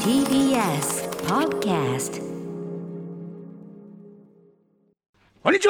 TBS Podcast。 こんにち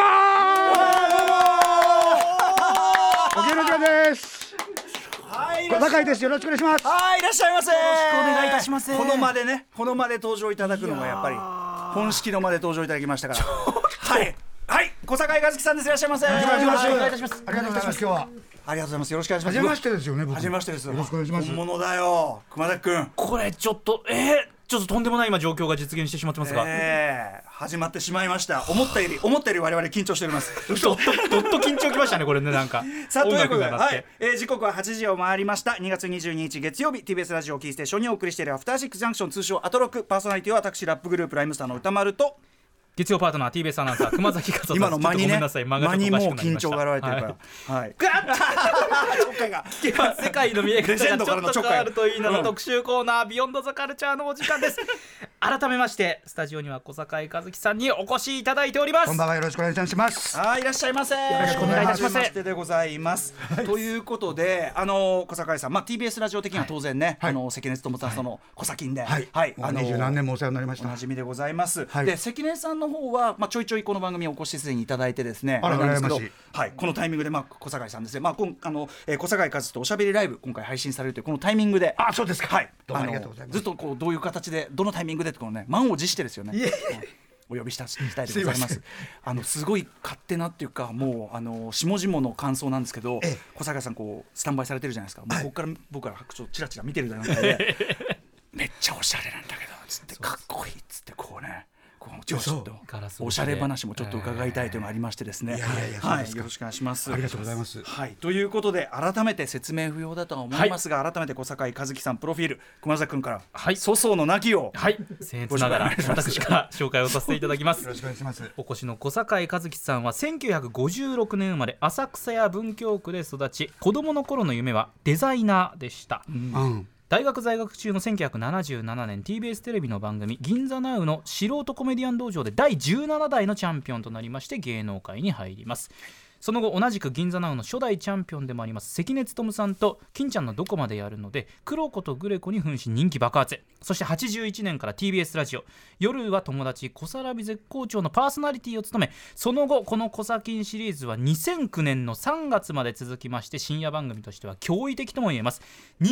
は。おげの時間です。小坂井です。よろしくお願いします。 はい、いらっしゃいませ。よろしくお願いいたします。 この間でね、この間で登場いただくのがやっぱり本式の間で登場いただきましたからはいはい、小坂井和樹さんです。いらっしゃいませ。 お願いします。 お願いいたします。 ありがとうございます。今日はありがとうございます。よろしくお願いします。 初めましてですよね。僕初めましてです。 よろしくお願いします。 本物だよ、熊崎くん。 これちょっとちょっととんでもない今状況が実現してしまってますが、 始まってしまいました。思ったより我々緊張しております。 どっと緊張きましたねこれね。なんかさあ、ということで、 音楽が鳴って、 時刻は8時を回りました。2月22日月曜日、 TBS ラジオキーステーションにお送りしているアフターシックスジャンクション、通称アトロク。パーソナリティは私、ラップグループライムスターの歌丸と、 月曜パートナー TBS アナウンサー熊崎和人さん。 今の間にね、間にもう緊張が現れてるから、はい、ガッちょっかいが世界の見え方がちょっと変わるといいなの特集コーナー、ビヨンドザカルチャーのお時間です。改めましてスタジオには小坂井和樹さんにお越しいただいております。 こんばんは、よろしくお願いいたします。 はい、いらっしゃいませ。よろしくお願いいたします。 はじめましてでございます、ということで、小坂井さん、TBS ラジオ的には当然ね、関根勤さんとの小崎で、 はい、20何年もお世話になりました。 おなじみでございます、 はい、 で関根さんの方は、ちょいちょいこの番組にお越しすでにいただいてですね、 あらなんですけど、 羨ましい。 はい、このタイミングで、小坂井さんですね、小坂井和樹とおしゃべりライブ今回配信されるというこのタイミングで、 あ、そうですか。 はい、 どうもありがとうございます。 ずっとこうどういう形でどのタイミングでってこのね、満を持してですよね。お呼びしたいでございます。すごい勝手なっていうか、もう下々の感想なんですけど、小坂井さんこうスタンバイされてるじゃないですか。もうここから僕らちょっとチラチラ見てるじゃないでめっちゃおしゃれなんだけどつって、かっこいいっつってこうね、ちょっとおしゃれ話もちょっと伺いたいというのがありましてですね、はい、よろしくお願いします。 ありがとうございます。 はい、ということで改めて説明不要だとは思いますが、改めて小坂井和樹さんプロフィール、熊崎君から粗相のなきを、 はい、僭越ながら私から紹介をさせていただきます。 よろしくお願いします。 お越しの小坂井和樹さんは1956年生まれ、浅草や文京区で育ち、子供の頃の夢はデザイナーでした。大学在学中の1977年 TBS テレビの番組銀座ナウの素人コメディアン道場で第17代のチャンピオンとなりまして芸能界に入ります。その後同じく銀座ナウの初代チャンピオンでもあります関根勤さんと金ちゃんのどこまでやるのでクロコとグレコに扮し人気爆発。そして81年から TBS ラジオ夜は友達小さらび絶好調のパーソナリティを務め、その後このコサキンシリーズは2009年の3月まで続きまして、深夜番組としては驚異的とも言えます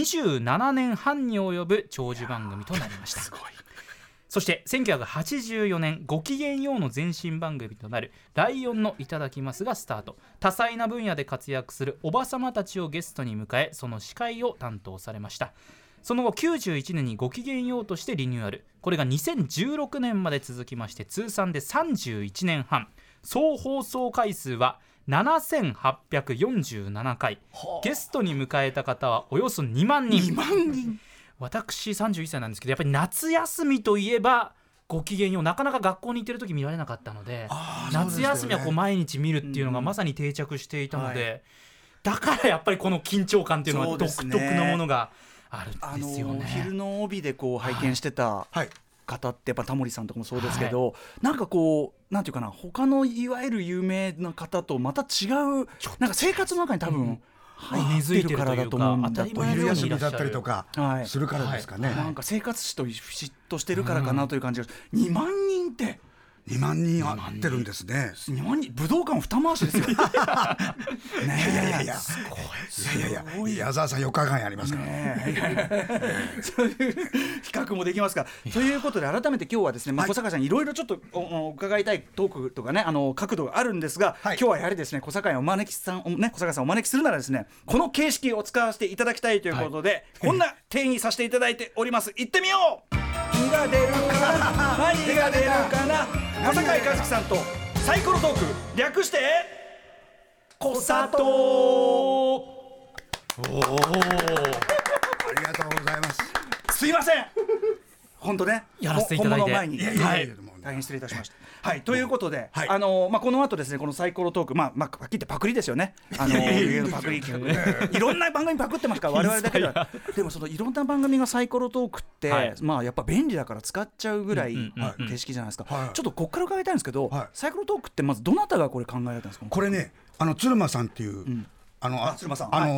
27年半に及ぶ長寿番組となりました。すごい。そして1984年ごきげんようの前身番組となるライオンのいただきますがスタート。多彩な分野で活躍するおばさまたちをゲストに迎え、その司会を担当されました。その後91年にごきげんようとしてリニューアル。これが2016年まで続きまして通算で31年半、総放送回数は7847回、ゲストに迎えた方はおよそ2万人。私31歳なんですけど、やっぱり夏休みといえばごきげんよう、なかなか学校に行ってる時見られなかったので、夏休みはこう毎日見るっていうのがまさに定着していたので、だからやっぱりこの緊張感っていうのは独特なものがあるんですよね。 昼の帯でこう拝見してた方ってやっぱタモリさんとかもそうですけど、なんかこうなんていうかな、他のいわゆる有名な方とまた違う、なんか生活の中に多分根付いてるからだと思うんだと。 お昼休みだったりとかするからですかね。 なんか生活史と嫉妬してるからかなという感じが、2万人って 2万人合ってるんですね。 2万人、武道館二回しですよ。ねえ、いやすごい。矢沢さん4日間やりますからね。 そういう比較もできますから。ということで改めて今日はですね、小坂井さんいろいろちょっと伺いたいトークとかね、角度があるんですが、今日はやはりですね小坂井さんお招きするならですね、この形式を使わせていただきたいということで、こんな定義させていただいております。行ってみよう。何が出るかな、何が出るかな。小坂井和樹さんとサイコロトーク、略してコサトー。 ありがとうございます。 すいません、本当ね、 やらせていただいて本物前に大変失礼いたしました。はい、ということで、この後ですね、このサイコロトーク、はっきり言ってパクリですよね。パクリ企画いろんな番組パクってますから我々だけでは。でもそのいろんな番組がサイコロトークって、やっぱ便利だから使っちゃうぐらい形式じゃないですか。ちょっとこっから伺いたいんですけど、サイコロトークってまずどなたがこれ考えられたんですか。 これね、鶴間さんっていう、 鶴間さん、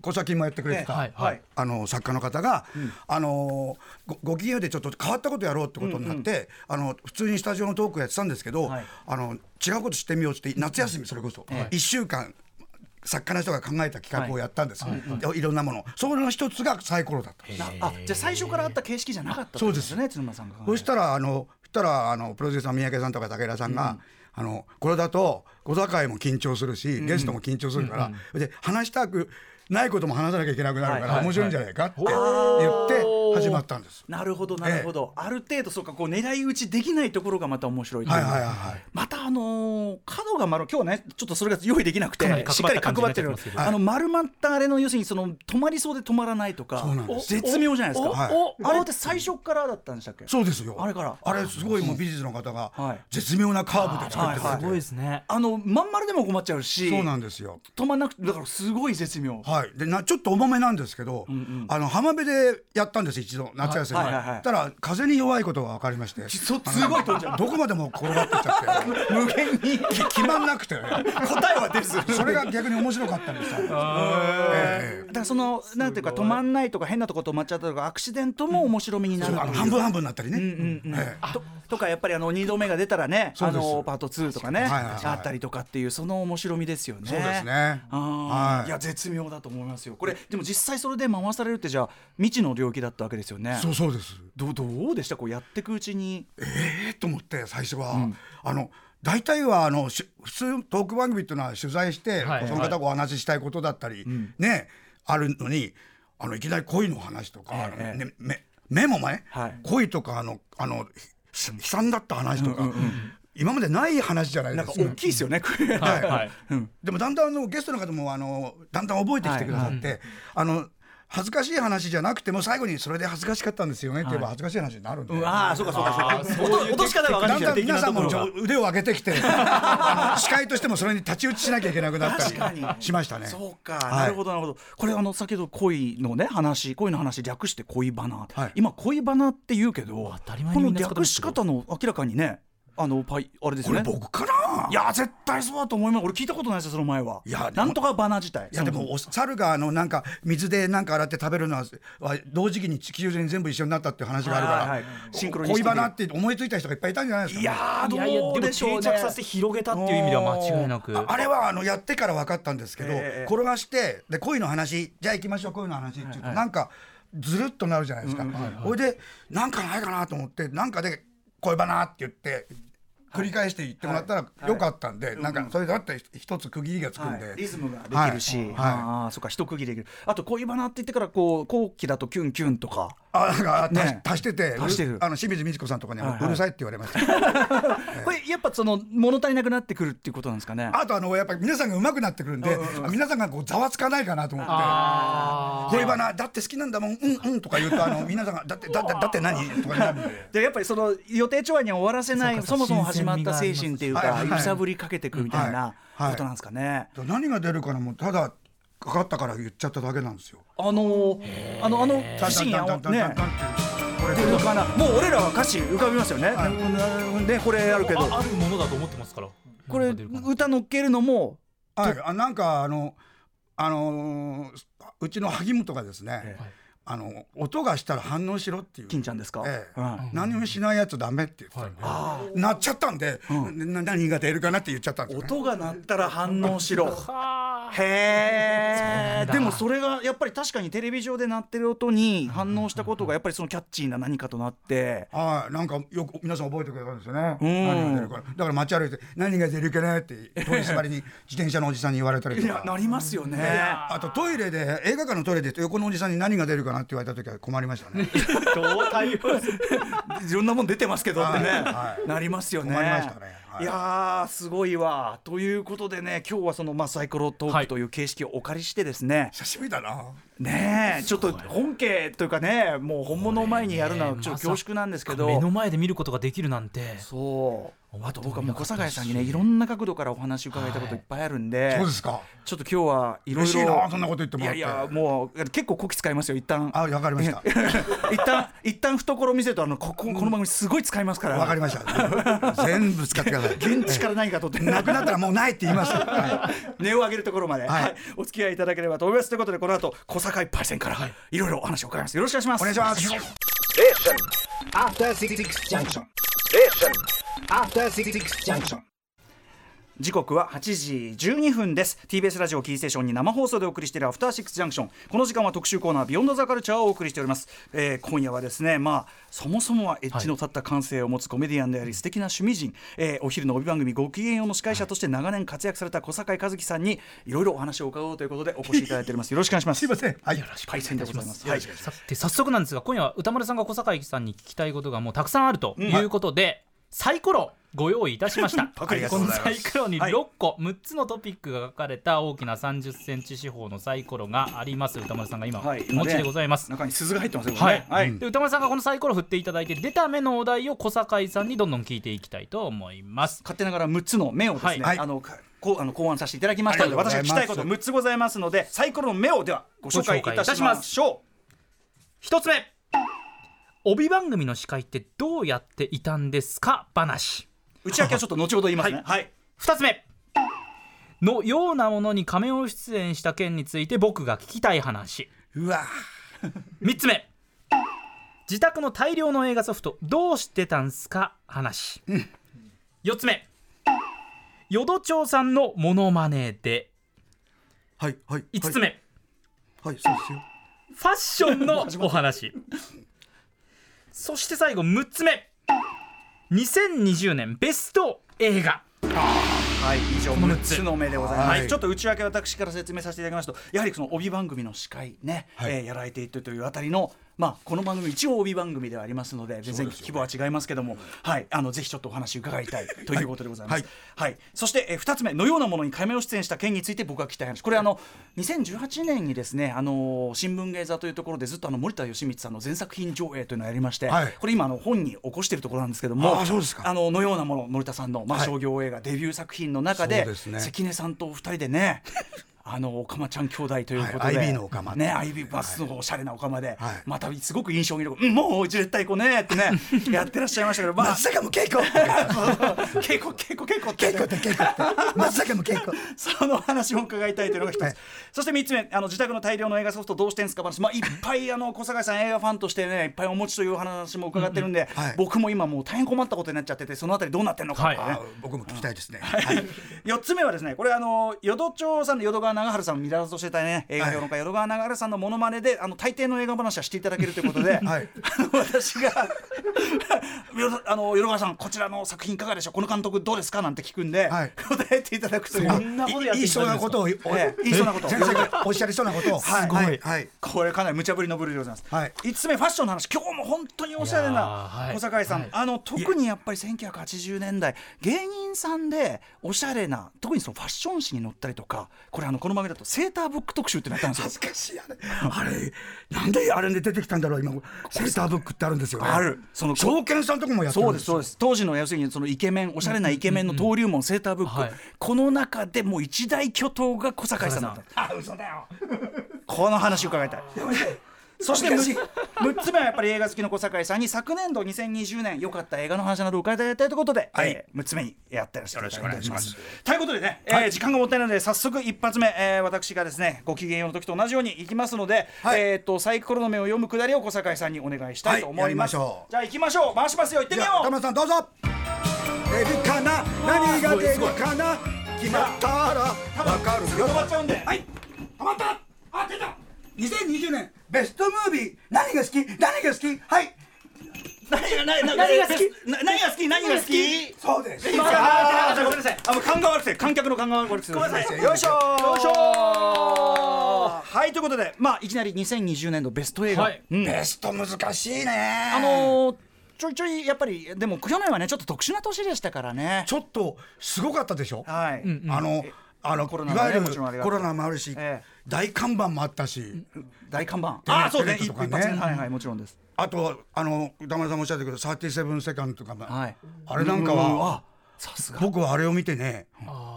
小崎もやってくれてた、作家の方が、ご機嫌でちょっと変わったことやろうってことになって、普通にスタジオのトークやってたんですけど、違うことしてみようって夏休みそれこそ、1週間作家の人が考えた企画をやったんです、いろんなもの、その一つがサイコロだった。 じゃあ最初からあった形式じゃなかったんですね、鶴間さんが。 そしたらプロデューサーの三宅さんとか武田さんが、これだと小堺も緊張するし、ゲストも緊張するから、で話したくないことも話さなきゃいけなくなるから面白いんじゃないかって言って始まったんです。 なるほどなるほど、ある程度そうか、こう狙い撃ちできないところがまた面白いという、また角が今日はねちょっとそれが用意できなくてしっかり角張ってる、丸まったあれの要するにその止まりそうで止まらないとか絶妙じゃないですか。あれって最初からだったんでしたっけ？ そうですよ。 あれからあれすごいもう美術の方が絶妙なカーブで作ってくれて、 すごいですね。 まん丸でも困っちゃうし、 そうなんですよ。 止まんなくて、だからすごい絶妙。 でちょっと重めなんですけど、浜辺でやったんです一度夏休み。たら風に弱いことが分かりまして、 すごい飛んじゃう、 どこまでも転がってっちゃって無限に決まんなくて、答えは出ず、 それが逆に面白かったんですよ。だからそのなんていうか止まんないとか変なとこ止まっちゃったとかアクシデントも面白みになる、 半分半分になったりね、 とかやっぱり2度目が出たらね、パート2とかねあったりとかっていう、その面白みですよね。 そうですね。 いや絶妙だと思いますよ。これでも実際それで回されるってじゃあ未知の領域だったわけですよね。 そうです。 どうでした、こうやっていくうちに。 と思って最初は、大体は普通トーク番組っていうのは取材して、その方がお話ししたいことだったり、ねあるのに、いきなり恋の話とか、目も恋とか悲惨だった話とか、今までない話じゃないですか。 なんか大きいですよね。 でもだんだんゲストの方もだんだん覚えてきてくださって、恥ずかしい話じゃなくても最後にそれで恥ずかしかったんですよねって言えば恥ずかしい話になるんで、 そうか落とし方が分かってきた。 だんだん皆さんも腕を上げてきて司会としてもそれに太刀打ちしなきゃいけなくなったりしましたね。 そうか、なるほどなるほど。これ先ほど恋の話略して恋バナ、今恋バナって言うけど、この略し方の明らかにねあれですよね。 これ僕かな。 いや絶対そうだと思います。俺聞いたことないですよその前は。なんとかバナ自体。 いやでも猿がなんか水でなんか洗って食べるのは同時期に地球上に全部一緒になったっていう話があるから、 シンクロにして恋バナって思いついた人がいっぱいいたんじゃないですか。 いやどうでしょうね。 定着させて広げたっていう意味では間違いなく。 あれはやってから分かったんですけど、転がしてで恋の話じゃあ行きましょう恋の話って言うとなんかずるっとなるじゃないですか。それでなんかないかなと思ってなんかで恋バナって言って繰り返して言ってもらったらよかったんで、なんかそれだって一つ区切りがつくんで、 リズムができるし、そうか一区切りできる。あと恋バナって言ってから後期だとキュンキュンとか足してて清水美智子さんとかにうるさいって言われました。 これやっぱ物足りなくなってくるっていうことなんですかね。 あとやっぱり皆さんが上手くなってくるんで、皆さんがざわつかないかなと思って、恋バナだって好きなんだもんとか言うと皆さんがだって何とかになるんで、やっぱり予定調和には終わらせない、そもそも始まった精神っていうか揺さぶりかけてくみたいなことなんですかね。 何が出るかなもただかかったから言っちゃっただけなんですよ。 深夜ねこれかな。もう俺らは歌詞浮かびますよね。でこれあるけどあるものだと思ってますから。 これ歌乗っけるのもなんかうちの萩本がですね、音がしたら反応しろっていう。 金ちゃんですか。 何もしないやつダメって言ってた。鳴っちゃったんで、何が出るかなって言っちゃったんです。 音が鳴ったら反応しろ。へえ。でもそれがやっぱり確かにテレビ上で鳴ってる音に反応したことがやっぱりそのキャッチーな何かとなって、 なんかよく皆さん覚えてくれたんですよね。何が出るか。だから街歩いて何が出るかなって通りすがりに自転車のおじさんに言われたりとか。 なりますよね。 あとトイレで映画館のトイレで横のおじさんに何が出るかなって言われた時は困りましたね。 どう対応するいろんなもん出てますけどってね、なりますよね。 困りましたね。 いやすごいわ。ということでね、今日はそのサイコロトークという形式をお借りしてですね、 久しぶりだな。 ねえちょっと本家というかねもう本物を前にやるのはちょっと恐縮なんですけど、 目の前で見ることができるなんて。 そうあと僕はもう小堺さんにねいろんな角度からお話伺えたこといっぱいあるんで、 そうですか。 ちょっと今日はいろいろ嬉しいなそんなこと言ってもらって。 いやもう結構こき使いますよ一旦。 わかりました。 一旦懐見せるとこの番組すごい使いますから。 わかりました。全部使ってください。 現地から何か取ってなくなったらもうないって言います。 値を上げるところまでお付き合いいただければと思います。ということでこの後小堺パイセンからいろいろお話を伺います。よろしくお願いします。 お願いします。 時刻は8時12分です。 TBS ラジオキーステーションに生放送でお送りしているアフターシックスジャンクション。この時間は特集コーナービヨンドザカルチャーをお送りしております。今夜はですねそもそもはエッジの立った感性を持つコメディアンであり素敵な趣味人、お昼の帯番組ご機嫌用の司会者として長年活躍された小堺一樹さんにいろいろお話を伺おうということでお越しいただいております。よろしくお願いします。 すいません。 よろしくお願いします。 さて早速なんですが、今夜は歌丸さんが小堺さんに聞きたいことがもうたくさんあるということで、サイコロご用意いたしました。このサイコロに6個、6つのトピックが書かれた大きな30センチ四方のサイコロがあります。歌丸さんが今お持ちでございます。 中に鈴が入ってますよね。 で歌丸さんがこのサイコロ振っていただいて出た目のお題を小堺さんにどんどん聞いていきたいと思います。 勝手ながら6つの目をですね、考案させていただきましたので、私が聞きたいこと6つございますので、サイコロの目をではご紹介いたしましょう。1つ目、帯番組の司会ってどうやっていたんですか話。内訳はちょっと後ほど言いますね。 2つ目のようなものに仮面を出演した件について僕が聞きたい話。 うわ 3つ目、自宅の大量の映画ソフトどうしてたんすか話。4つ目、淀町さんのモノマネで。5つ目、 そうですよ。 ファッションのお話。そして最後6つ目、2020年ベスト映画。 以上6つの目でございます。ちょっと内訳私から説明させていただきますと、やはりその帯番組の司会ね、やられているというあたりのこの番組一応帯番組ではありますので全然規模は違いますけども、ぜひちょっとお話伺いたいということでございます。そして2つ目のようなものに仮面を出演した件について僕が聞きたい話。これ2018年にですね新聞芸座というところでずっと森田義満さんの全作品上映というのをやりまして、これ今本に起こしているところなんですけども、のようなもの森田さんの商業映画デビュー作品の中で関根さんとお二人でねおかまちゃん兄弟ということで、 IB のおかまね、IB バスのおしゃれなおかまで、またすごく印象に残る、もうじれったい子ねってねやってらっしゃいましたけど、 松坂も稽古稽古って松坂も稽古その話も伺いたいというのが一つ、そして3つ目、自宅の大量の映画ソフトどうしてんすか話、いっぱい小堺さん映画ファンとしてねいっぱいお持ちという話も伺ってるんで、僕も今もう大変困ったことになっちゃってて、そのあたりどうなってんのかってね、 僕も聞きたいですね。 4つ目はですね、これ淀町さんの淀川長春さんを見らとしてたね映画評論家淀川長春さんのモノマネで大抵の映画話はしていただけるということで、私が淀川さんこちらの作品いかがでしょう、この監督どうですかなんて聞くんで、答えていただくという、 言いそうなことを先生がおっしゃりそうなことをすごい、 これかなり無茶ぶりの部類でございます。5つ目、ファッションの話。今日も本当におしゃれな小堺さん、特にやっぱり1980年代芸人さんでおしゃれな、特にそのファッション誌に載ったりとか、これこの番組だとセーターブック特集ってなったんですよ。 恥ずかしいあれなんであれで出てきたんだろう。今セーターブックってあるんですよね。 ある。 証券さんとこもやってるんですよ。 そうです。当時の要するにそのイケメン、おしゃれなイケメンの登竜門、セーターブック、この中でもう一大巨頭が小堺さんだった。 嘘だよこの話を伺いたい。そして6つ目はやっぱり映画好きの小堺さんに昨年度2020年良かった映画の話などを伺いたいということで、6つ目にやってらっしゃる。よろしくお願いします。ということでね、時間がもったいないので早速一発目、私がですねご機嫌用の時と同じようにいきますので、サイコロの目を読むくだりを小堺さんにお願いしたいと思います。じゃあ行きましょう。回しますよ。行ってみよう。 田村さんどうぞ。出るかな、何が出るかな、決まったら分かるよ。 止まっちゃうんで。 はい、止まった。あ、出た。2020年ベストムービー、何が好き、何が好き。はい、 何が好き。 そうです。 ごめんなさい、勘が悪くて、観客の勘が悪くて、よいしょ。はい、ということでいきなり2020年度ベスト映画、 ベスト難しいね。 ちょいちょいやっぱりでも去年はねちょっと特殊な年でしたからね。 ちょっとすごかったでしょ。 コロナもねいわゆるもちろんありがとうコロナもあるし、大看板もあったし、 大看板そうね一発目はいはいもちろんです。 あと歌丸さんもおっしゃったけど37セカンドとかも、 はい、 あれなんかはさすが僕はあれを見てね、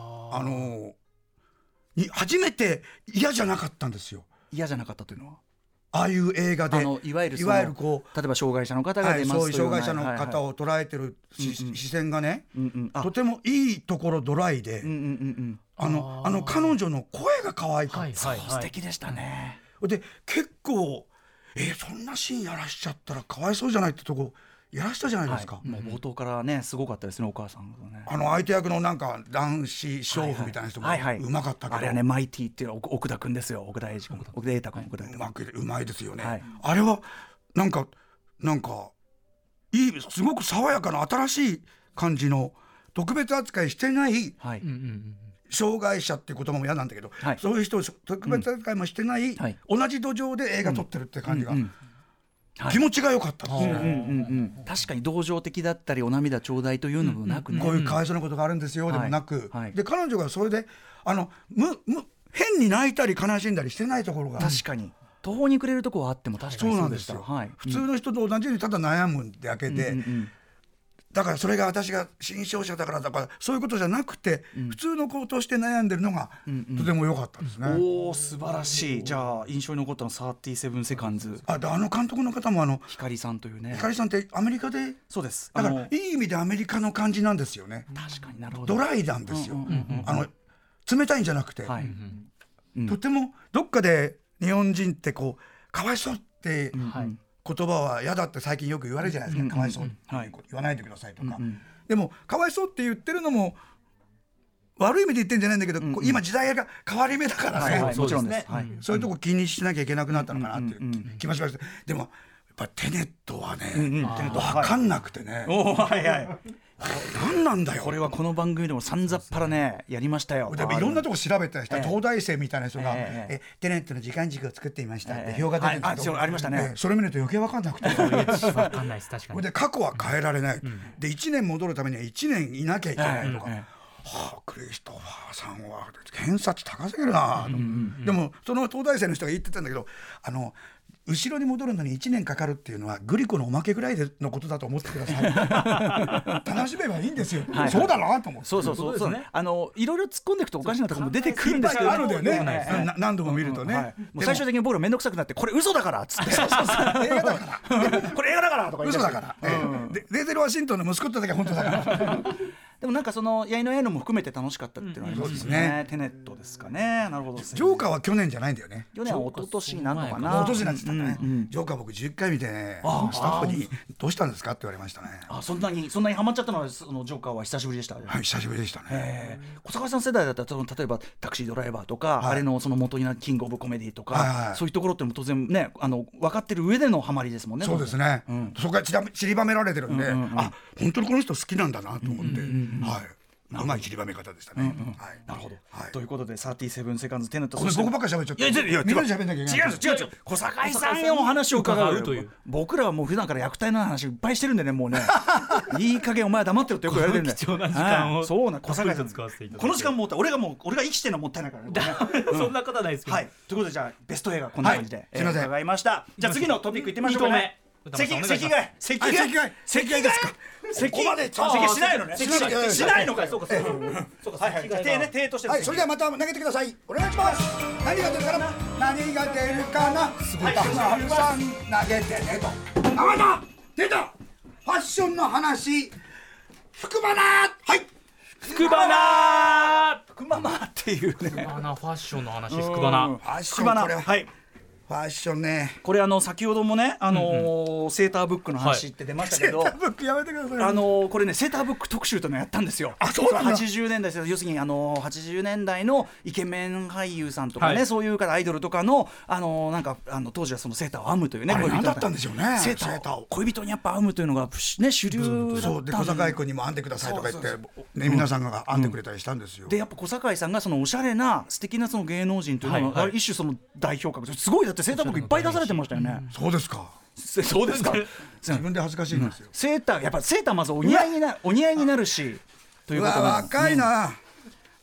初めて嫌じゃなかったんですよ。 嫌じゃなかったというのはああいう映画でいわゆるこう例えば障害者の方が出ますという、 そういう障害者の方を捉えてる視線がね、とてもいいところドライで、彼女の声が可愛かった、 素敵でしたね。 で結構そんなシーンやらしちゃったらかわいそうじゃないってとこやらしたじゃないですか、 もう冒頭からねすごかったですねお母さんがね。 相手役のなんか男子娼婦みたいな人もうまかったけど、 あれはねマイティっていう奥田君ですよ。奥田瑛太君うまいですよね、あれはなんかいいすごく爽やかな新しい感じの特別扱いしてない、障害者っていう言葉も嫌なんだけど、そういう人を特別扱いもしてない、同じ土壌で映画撮ってるって感じが、気持ちが良かったですね。 確かに同情的だったりお涙ちょうだいというのもなくね、 こういうかわいそうなことがあるんですよでもなく、で彼女がそれで変に泣いたり悲しんだりしてないところが確かに途方に暮れるところはあっても確かにそうでした。 そうなんですよ、普通の人と同じようにただ悩むだけで、だからそれが私が新商社だからそういうことじゃなくて、普通の子として悩んでるのがとても良かったですね。 おー素晴らしい。じゃあ印象に残ったの37セカンズ。 監督の方も光さんというね。 光さんってアメリカで、 そうです。 だからいい意味でアメリカの感じなんですよね。 確かになるほど。 ドライなんですよ。冷たいんじゃなくて、とてもどっかで日本人ってこうかわいそうって言葉は嫌だって最近よく言われるじゃないですか、かわいそうって言わないでくださいとか、でもかわいそうって言ってるのも悪い意味で言ってるんじゃないんだけど、今時代が変わり目だからね、 もちろんです、 そういうとこ気にしなきゃいけなくなったのかなっていう気もしました。でもやっぱテネットはね、分かんなくてね、何なんだよこれは。この番組でもさんざっぱらねやりましたよ。 いろんなとこ調べた人、東大生みたいな人がテネットの時間軸を作っていましたって表が出てるんですけど、 ありましたね。 それ見ると余計分かんなくて分かんないです。確かに。 で過去は変えられない、で1年戻るためには1年いなきゃいけないとか、クリストファーさんは偏差値高すぎるな、でもその東大生の人が言ってたんだけど、後ろに戻るのに1年かかるっていうのはグリコのおまけぐらいのことだと思ってください楽しめばいいんですよ、そうだなと思って。 そういろいろ突っ込んでいくとおかしなところも出てくるんですけど、 あるんだよね、何度も見るとね、 もう最終的に僕ら面倒くさくなってこれ嘘だからっつって映画だからこれ映画だからとか言って、 嘘だからデーゼル・ワシントンの息子ってだけは本当だからでもなんかそのやいのやいのも含めて楽しかったっていうのはありますね。テネットですかね。なるほど。ジョーカーは去年じゃないんだよね。 去年は一昨年になるのかな。 一昨年なんて言ったね。ジョーカー僕11回見てね、スタッフにどうしたんですかって言われましたね。 そんなにハマっちゃったのはそのジョーカーは久しぶりでした。 はい、久しぶりでしたね。 小坂さん世代だったら例えばタクシードライバーとか、あれのその元になるキングオブコメディとか、そういうところっても当然ね分かってる上でのハマりですもんね。 そうですね。そこが散りばめられてるんで、本当にこの人好きなんだなと思って、はい。うまい散りばめ方でしたね。 なるほど。ということで37セカンズテネット。 僕ばっかり喋っちゃって。みんなで喋んなきゃいけない。 違う。小坂井さんにお話を伺うという。僕らはもう普段から虐待の話いっぱいしてるんでね、もうね。いい加減お前は黙ってるってよく言われてるんで。 貴重な時間を。 そうな小坂井さん使わせていただいて。この時間も俺が生きてるのもったいないからね。 そんなことないですけど。 はい。ということでじゃあベスト映画こんな感じで伺いました。じゃあ次のトピックいってみましょうかね。席替えですか。席しないのね。しないのかい。そうか。手として。 はい、それではまた投げてください。お願いします。何が出るかな。何が出るかな。歌丸さん投げてねと。出た。ファッションの話。福花。はい。 福花。 福ママっていうね。 ファッションの話。福花。 福花。はい。ファッションね。 これ先ほどもねセーターブックの話って出ましたけど、 セーターブックやめてください。 これねセーターブック特集というのをやったんですよ。 そうなんだ。 80年代ですよ。要するに80年代のイケメン俳優さんとかね、そういう方アイドルとかのなんか当時はそのセーターを編むというね。 あれ何だったんでしょうね。 セーターを恋人にやっぱ編むというのがね主流だった。 そうで小坂井君にも編んでくださいとか言ってね、皆さんが編んでくれたりしたんですよ。 でやっぱ小坂井さんがそのおしゃれな素敵なその芸能人というのが一種その代表格すごい。だってセーターブックいっぱい出されてましたよね。 そうですか。 そうですか。 自分で恥ずかしいんですよ。 セーターやっぱセーターまずお似合いになるしということ若いな。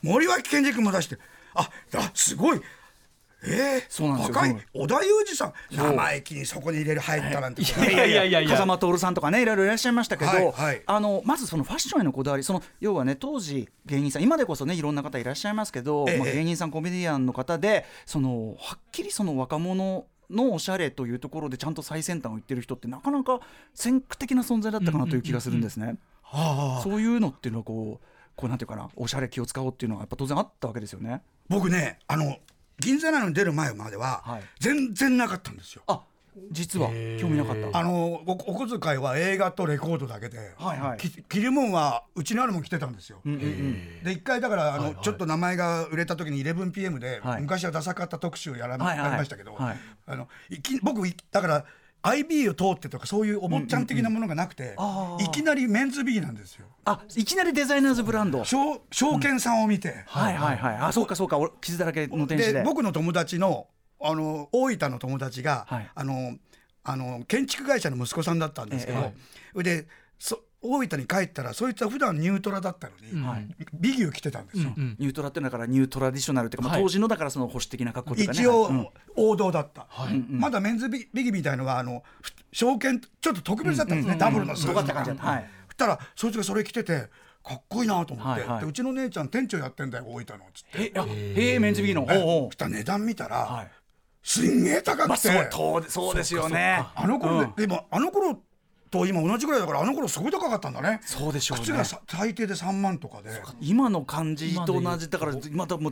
森脇健児君も出して、すごい。 そうなんですよ。 若い織田裕二さん生意気にそこに入ったなんて、 いや風間徹さんとかねいろいろいらっしゃいましたけど、まずそのファッションへのこだわり、その要はね当時芸人さん、今でこそねいろんな方いらっしゃいますけど、芸人さんコメディアンの方ではっきりその若者のおしゃれというところでちゃんと最先端を言ってる人ってなかなか先駆的な存在だったかなという気がするんですね。そういうのっていうのはこうなんていうかな、おしゃれ気を使おうっていうのはやっぱ当然あったわけですよね。 僕ね銀座なのに出る前までは全然なかったんですよ。 実は興味なかった。 お小遣いは映画とレコードだけで、着るもんはうちにあるもん着てたんですよ。で一回だからちょっと名前が売れた時に 11PM で、昔はダサかった特集やりましたけど、僕だからIB を通ってとかそういうお坊ちゃん的なものがなくて、いきなりメンズビーなんですよ。 いきなりデザイナーズブランド、 証券さんを見て、 そうか傷だらけの天使で、 僕の友達の大分の友達が、建築会社の息子さんだったんですけど、で大分に帰ったらそいつは普段ニュートラだったのに、ビギュー着てたんですよ。 ニュートラってだからニュートラディショナルっていうか、当時のだからその保守的な格好というかね、 一応王道だった、まだメンズビギみたいのは証券ちょっと特別だったんですね、ダブルのスーツとか。そしたらそいつがそれ着ててかっこいいなと思って、でうちの姉ちゃん店長やってんだよ大分のっつって、 メンズビギのそしたら値段見たら、すんげえ高くて、 そうですよね。 でもあの頃と今同じぐらいだから、あの頃すごい高かったんだね。 そうでしょうね。 靴が最低で3万とかで、 今の感じと同じだから、今多分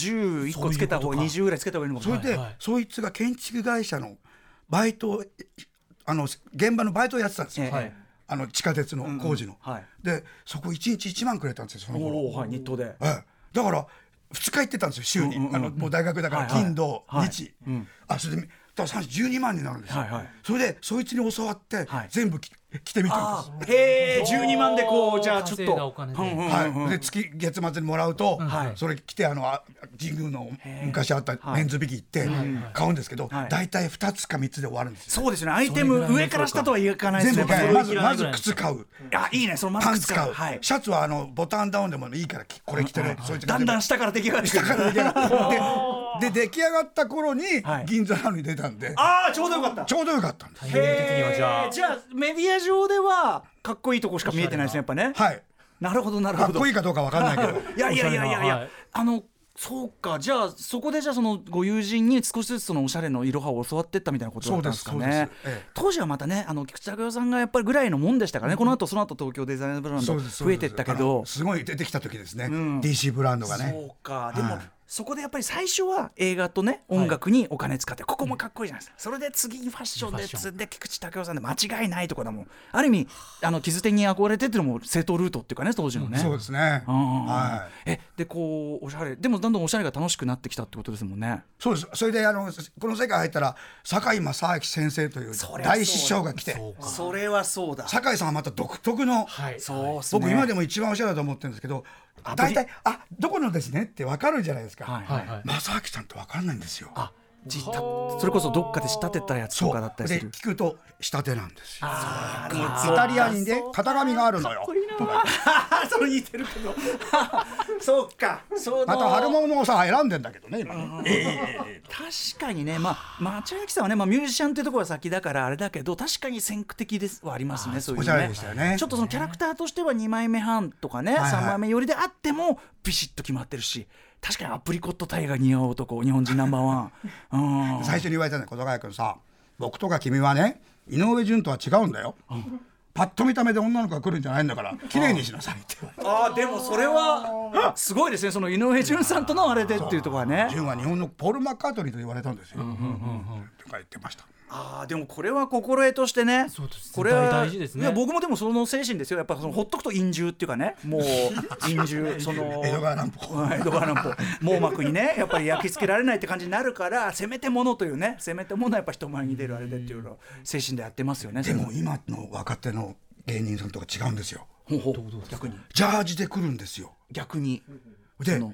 11個つけた方が20ぐらいつけた方がいいのかも。 それで、そいつが建築会社のバイト、現場のバイトをやってたんですよ、地下鉄の工事の、でそこ1日1万くれたんですよ、その頃。 日当で、 だから2日行ってたんですよ週に、もう大学だから金土日、それでだから12万になるんですよ。それでそいつに教わって全部着てみたんです。 12万でじゃあちょっとで月末にもらうと、それ着て神宮の昔あったメンズビギ行って買うんですけど、大体2つか3つで終わるんですよ。 そうですね、アイテム上から下とはいかないですね。 まず靴買う、 いいね、そのパンツ買う、シャツはボタンダウンでもいいからこれ着てる、 だんだん下から出来上がってで出来上がった頃に銀座なのに出たんで、 ちょうどよかった。 ちょうどよかったんです。 的にはじゃあメディア上ではかっこいいとこしか見えてないですね、やっぱね。なるほどなるほど。 かっこいいかどうかわかんないけどいやそうか。じゃあそこでそのご友人に少しずつそのおしゃれのいろはを教わってったみたいなことだったんですかね。当時はまたね、菊池拓郎さんがやっぱりぐらいのもんでしたからね。その後東京デザイナーブランド増えてったけど、 すごい出てきた時ですね、DC ブランドがね。 そうか。でもそこでやっぱり最初は映画とね音楽にお金使って、ここもかっこいいじゃないですか。それで次にファッションで積んで菊池拓郎さんで間違いないとこだもん。ある意味キズ店に憧れてっていうのも正当ルートっていうかね、当時のね。 そうですね。 でおしゃれでもだんだんおしゃれが楽しくなってきたってことですもんね。 そうです。それでこの世界入ったら堺正明先生という大師匠が来て、 それはそうだ。 堺さんはまた独特の、僕今でも一番おしゃれだと思ってるんですけど、大体どこのですねって分かるじゃないですか。正明さんって分かんないんですよ。 それこそどっかで仕立てたやつとかだったりする。 で聞くと仕立てなんですよ。イタリアにね型紙があるのよ。 それ似てるけどそうか。 また春物を選んでんだけどね今ね。確かにね、町明さんはね、ミュージシャンっていうところが先だからあれだけど、確かに先駆的ですはありますね。そういうね、 おしゃれでしたよね。 ちょっとそのキャラクターとしては2枚目半とかね、3枚目よりであってもビシッと決まってるし、確かにアプリコットタイが似合う男、日本人ナンバーワン。 最初に言われたね、小坂井君さ、僕とか君はね井上順とは違うんだよ、パッと見た目で女の子が来るんじゃないんだから綺麗にしなさいって言われて。 でもそれはすごいですね、その井上順さんとのあれでっていうところはね。 順は日本のポール・マッカートニーと言われたんですよ、とか言ってました。 でもこれは心得としてね、これは大事ですね。 僕もでもその精神ですよ。やっぱほっとくと陰獣っていうかね、もう陰獣その江戸川乱歩網膜にねやっぱり焼き付けられないって感じになるから、せめてものというね、せめてものはやっぱ人前に出るあれでっていうのを精神でやってますよね。 でも今の若手の芸人さんとか違うんですよ。 逆にジャージで来るんですよ。 逆にで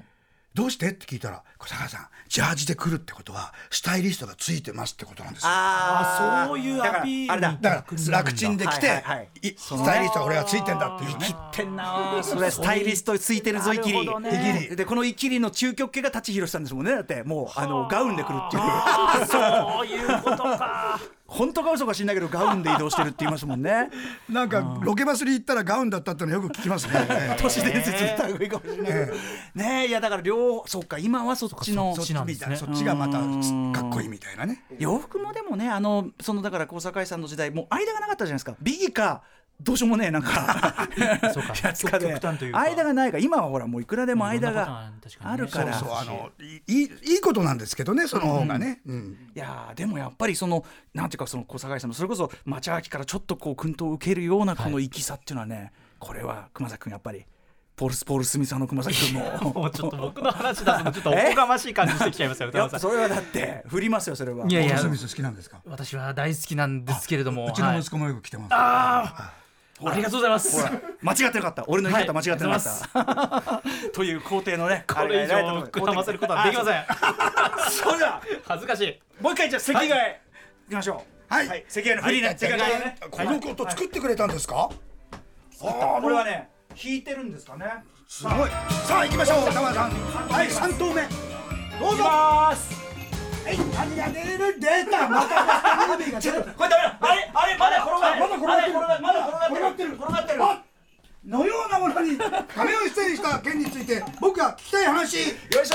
どうしてって聞いたら、小坂さんジャージで来るってことはスタイリストがついてますってことなんですよ。 そういうアピールだから楽ちんで来て、スタイリストが俺がついてんだっていうね。 生きてんなそれスタイリストついてるぞイキリ、ね、でこのイキリの中極系が舘ひろしさんですもんね。だってもうガウンで来るっていうそういうことか本当か嘘か知んないけどガウンで移動してるって言いますもんね。 なんかロケバスに行ったらガウンだったってのよく聞きますね。 都市伝説言ったらいいかもしれないけど、ねえ、いやだからそうか今はそっちのそっちがまたかっこいいみたいなね。 洋服もでもねそのだから小坂井さんの時代もう間がなかったじゃないですか。ビギかどうしようもねえなんかそうかやつかで間がないから、今はほらもういくらでも間があるから、 いいことなんですけどね、その方がね、 いやでもやっぱりそのなんていうかその小坂井さんのそれこそ町明からちょっとこう薫陶を受けるようなこのいきさっていうのはね、これは熊崎君やっぱりポール・スミスの熊崎君ももうちょっと僕の話だとちょっとおこがましい感じしてきちゃいますよ歌丸さん。 それはだって振りますよそれは。 いやいやポール・スミス好きなんですか。 私は大好きなんですけれども、 うちの息子もよく来てます。 ありがとうございます。 間違ってなかった、俺の言い方間違ってなかった、という工程のね、 これ以上膨らませることはできません。 それでは恥ずかしい。 もう一回じゃあ席替えいきましょう。はい、席替えのフリーね、席替えね。 このこと作ってくれたんですか。 これはね弾いてるんですかね。 すごい。さあ行きましょう田村さん。はい、3投目どうぞ。はい、何が出る出た。また海が出る。 これダメだ。あれまだ転がってる。 のようなものにカメオ出演した件について僕が聞きたい話。 よいしょ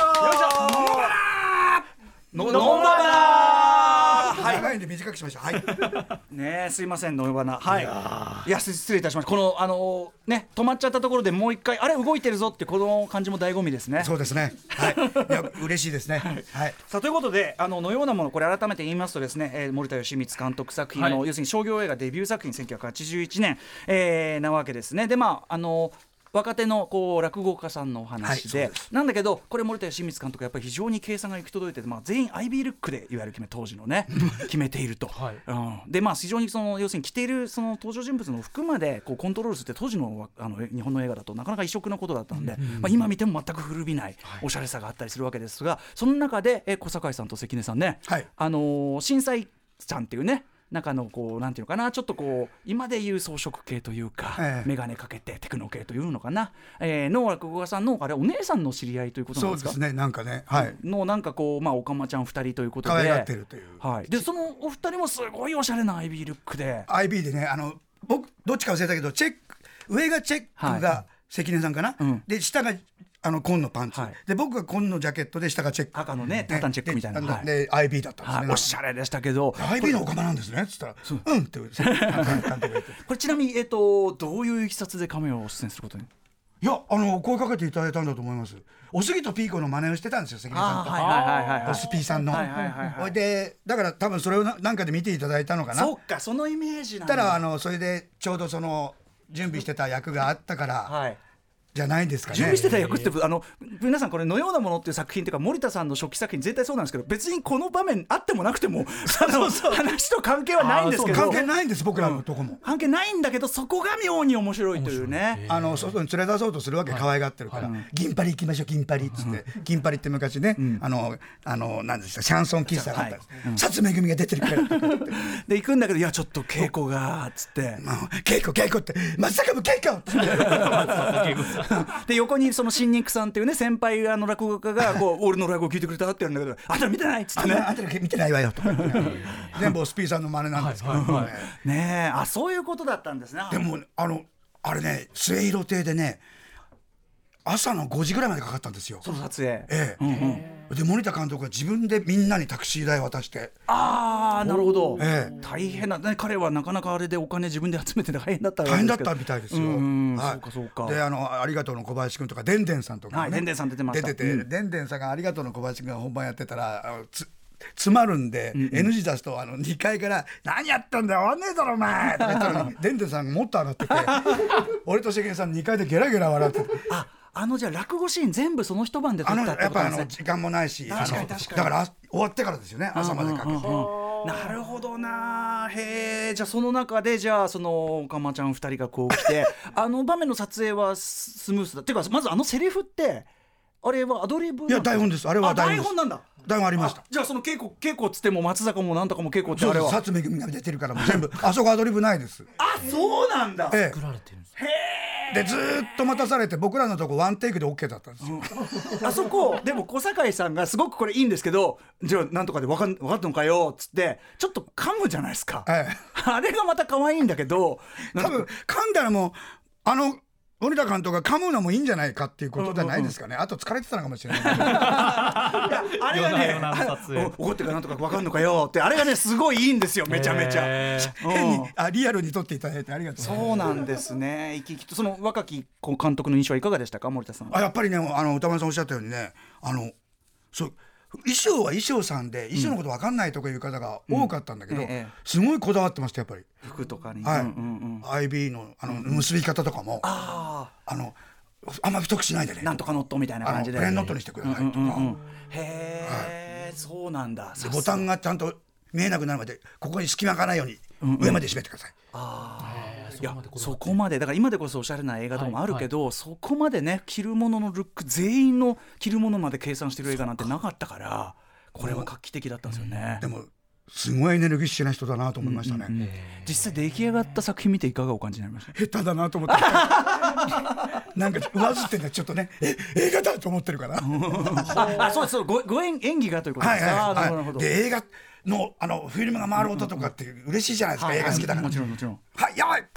のばな長いんで短くしました。はいねえ、すいませんのばな。はい、いや失礼いたしました。このね止まっちゃったところでもう一回あれ動いてるぞってこの感じも醍醐味ですね。 そうですね。はい、いや嬉しいですね。はい。 さあということでのようなもの、これ改めて言いますとですね、森田義満監督作品の、要するに商業映画デビュー作品1981年、なわけですね。で若手のこう落語家さんのお話で、なんだけどこれ森田義満監督やっぱり非常に計算が行き届いてて、全員アイビールックでいわゆる当時のね決めていると、で非常に要するに着ているその登場人物の服までこうコントロールするって当時の日本の映画だとなかなか異色なことだったので、今見ても全く古びないおしゃれさがあったりするわけですが、その中で小坂井さんと関根さんね、震災さんっていうね中のこうなんていうのかな、ちょっとこう今でいう装飾系というか、眼鏡かけてテクノ系というのかな、の落語家さんのあれお姉さんの知り合いということなんですか。 そうですね、なんかね、はい、 のなんかこうおかまちゃん2人ということで可愛がってるという、 はい、でそのお二人もすごいおしゃれなアイビールックで、 アイビーでね、僕どっちか忘れたけどチェック、上がチェックが関根さんかな、で下が紺のパンツ、で僕が紺のジャケットで下がチェック、 赤のねタタンチェックみたいな、 で IB だったんですね。 おしゃれでしたけど、 IB のおかまなんですねっつったらうんってこれちなみにどういういきさつでカメオを出演することに。 いや声かけていただいたんだと思います。おすぎとピーコの真似をしてたんですよ関根さんとおすぴーさんの、でだから多分それをなんかで見ていただいたのかな。 そっか、そのイメージなんだ。 たらそれでちょうどその準備してた役があったから、じゃないですかね。 準備してた役って皆さんこれのようなものっていう作品というか森田さんの初期作品絶対そうなんですけど、別にこの場面あってもなくても話と関係はないんですけど、 関係ないんです僕らのとこも、 関係ないんだけどそこが妙に面白いというね、 外に連れ出そうとするわけ、可愛がってるから、銀パリ行きましょう銀パリっつって、銀パリって昔ね、何ですかシャンソン喫茶があったんです。薩めぐみが出てるからで行くんだけど、いやちょっと稽古がっつって稽古って松坂部稽古ってで横にその新肉さんっていうね先輩落語家がこう俺の落語聞いてくれたって言うんだけど、あんたら見てないっつってね、 あんたら見てないわよと全部スピーさんの真似なんですけどね。そういうことだったんですね。 でもあれね、末広亭でね朝の5時ぐらいまでかかったんですよ、 その撮影。 で森田監督が自分でみんなにタクシー代渡して。 なるほど、大変な、彼はなかなかあれでお金自分で集めて大変だったみたいですよ。 そうか。 でありがとうの小林君とかでんでんさんとかでんでんさん出てました。 出てて、でんでんさんがありがとうの小林君が本番やってたら詰まるんで、NG 出すと2階から「何やったんだよ終わんねえだろお前」とか言ったのにでんでんさんがもっと上がってて俺と関根さん2階でゲラゲラ笑っててじゃあ落語シーン全部その一晩で撮ったってことなんですね。 やっぱ時間もないし、 確かにだから終わってからですよね、朝までかけて。 なるほどな。へえ。じゃあその中でそのおかまちゃん2人がこう来て場面の撮影はスムースだっていうか、まずセリフってあれはアドリブ？ いや台本です。あれは台本なんだ。 台本ありました。 じゃあその稽古っつっても松坂もなんとかも稽古ってあれは薩めぐみが出てるからもう全部あそこアドリブないです。 あ、そうなんだ。 作られてるんです。 でずーっと待たされて僕らのとこワンテイクで OK だったんですよ。 あそこでも小堺さんがすごくこれいいんですけど、じゃあなんとかで分かったのかよっつってちょっと噛むじゃないですか、あれがまた可愛いんだけど、 多分噛んだらもう森田監督が噛むのもいいんじゃないかっていうことじゃないですかね。あと疲れてたのかもしれない。 あれがね怒ってるかなんとか分かんのかよってあれがねすごいいいんですよ。めちゃめちゃ変にリアルに撮っていただいてありがとうございます。 そうなんですね。生き生きとその若き監督の印象はいかがでしたか、森田さん。 やっぱりね歌丸さんおっしゃったようにねそう衣装は衣装さんで衣装のこと分かんないとかいう方が多かったんだけど、すごいこだわってましたやっぱり服とかに、 IB の結び方とかもあんま太くしないでねなんとかノットみたいな感じでプレーンノットにしてくださいとか、 へえ、そうなんだ。 ボタンがちゃんと見えなくなるまでここに隙間がないように上まで締めてください。 いやそこまでだから今でこそおしゃれな映画とかもあるけど、そこまでね着るもののルック全員の着るものまで計算してる映画なんてなかったからこれは画期的だったんですよね。 でもすごいエネルギッシュな人だなと思いましたね。 実際出来上がった作品見ていかがお感じになりました？ 下手だなと思ってなんか上ずってんだちょっとね映画だと思ってるからそうご演技がということですか。 で映画のフィルムが回る音とかって嬉しいじゃないですか、映画好きだから。 もちろんもちろん。 はいやばい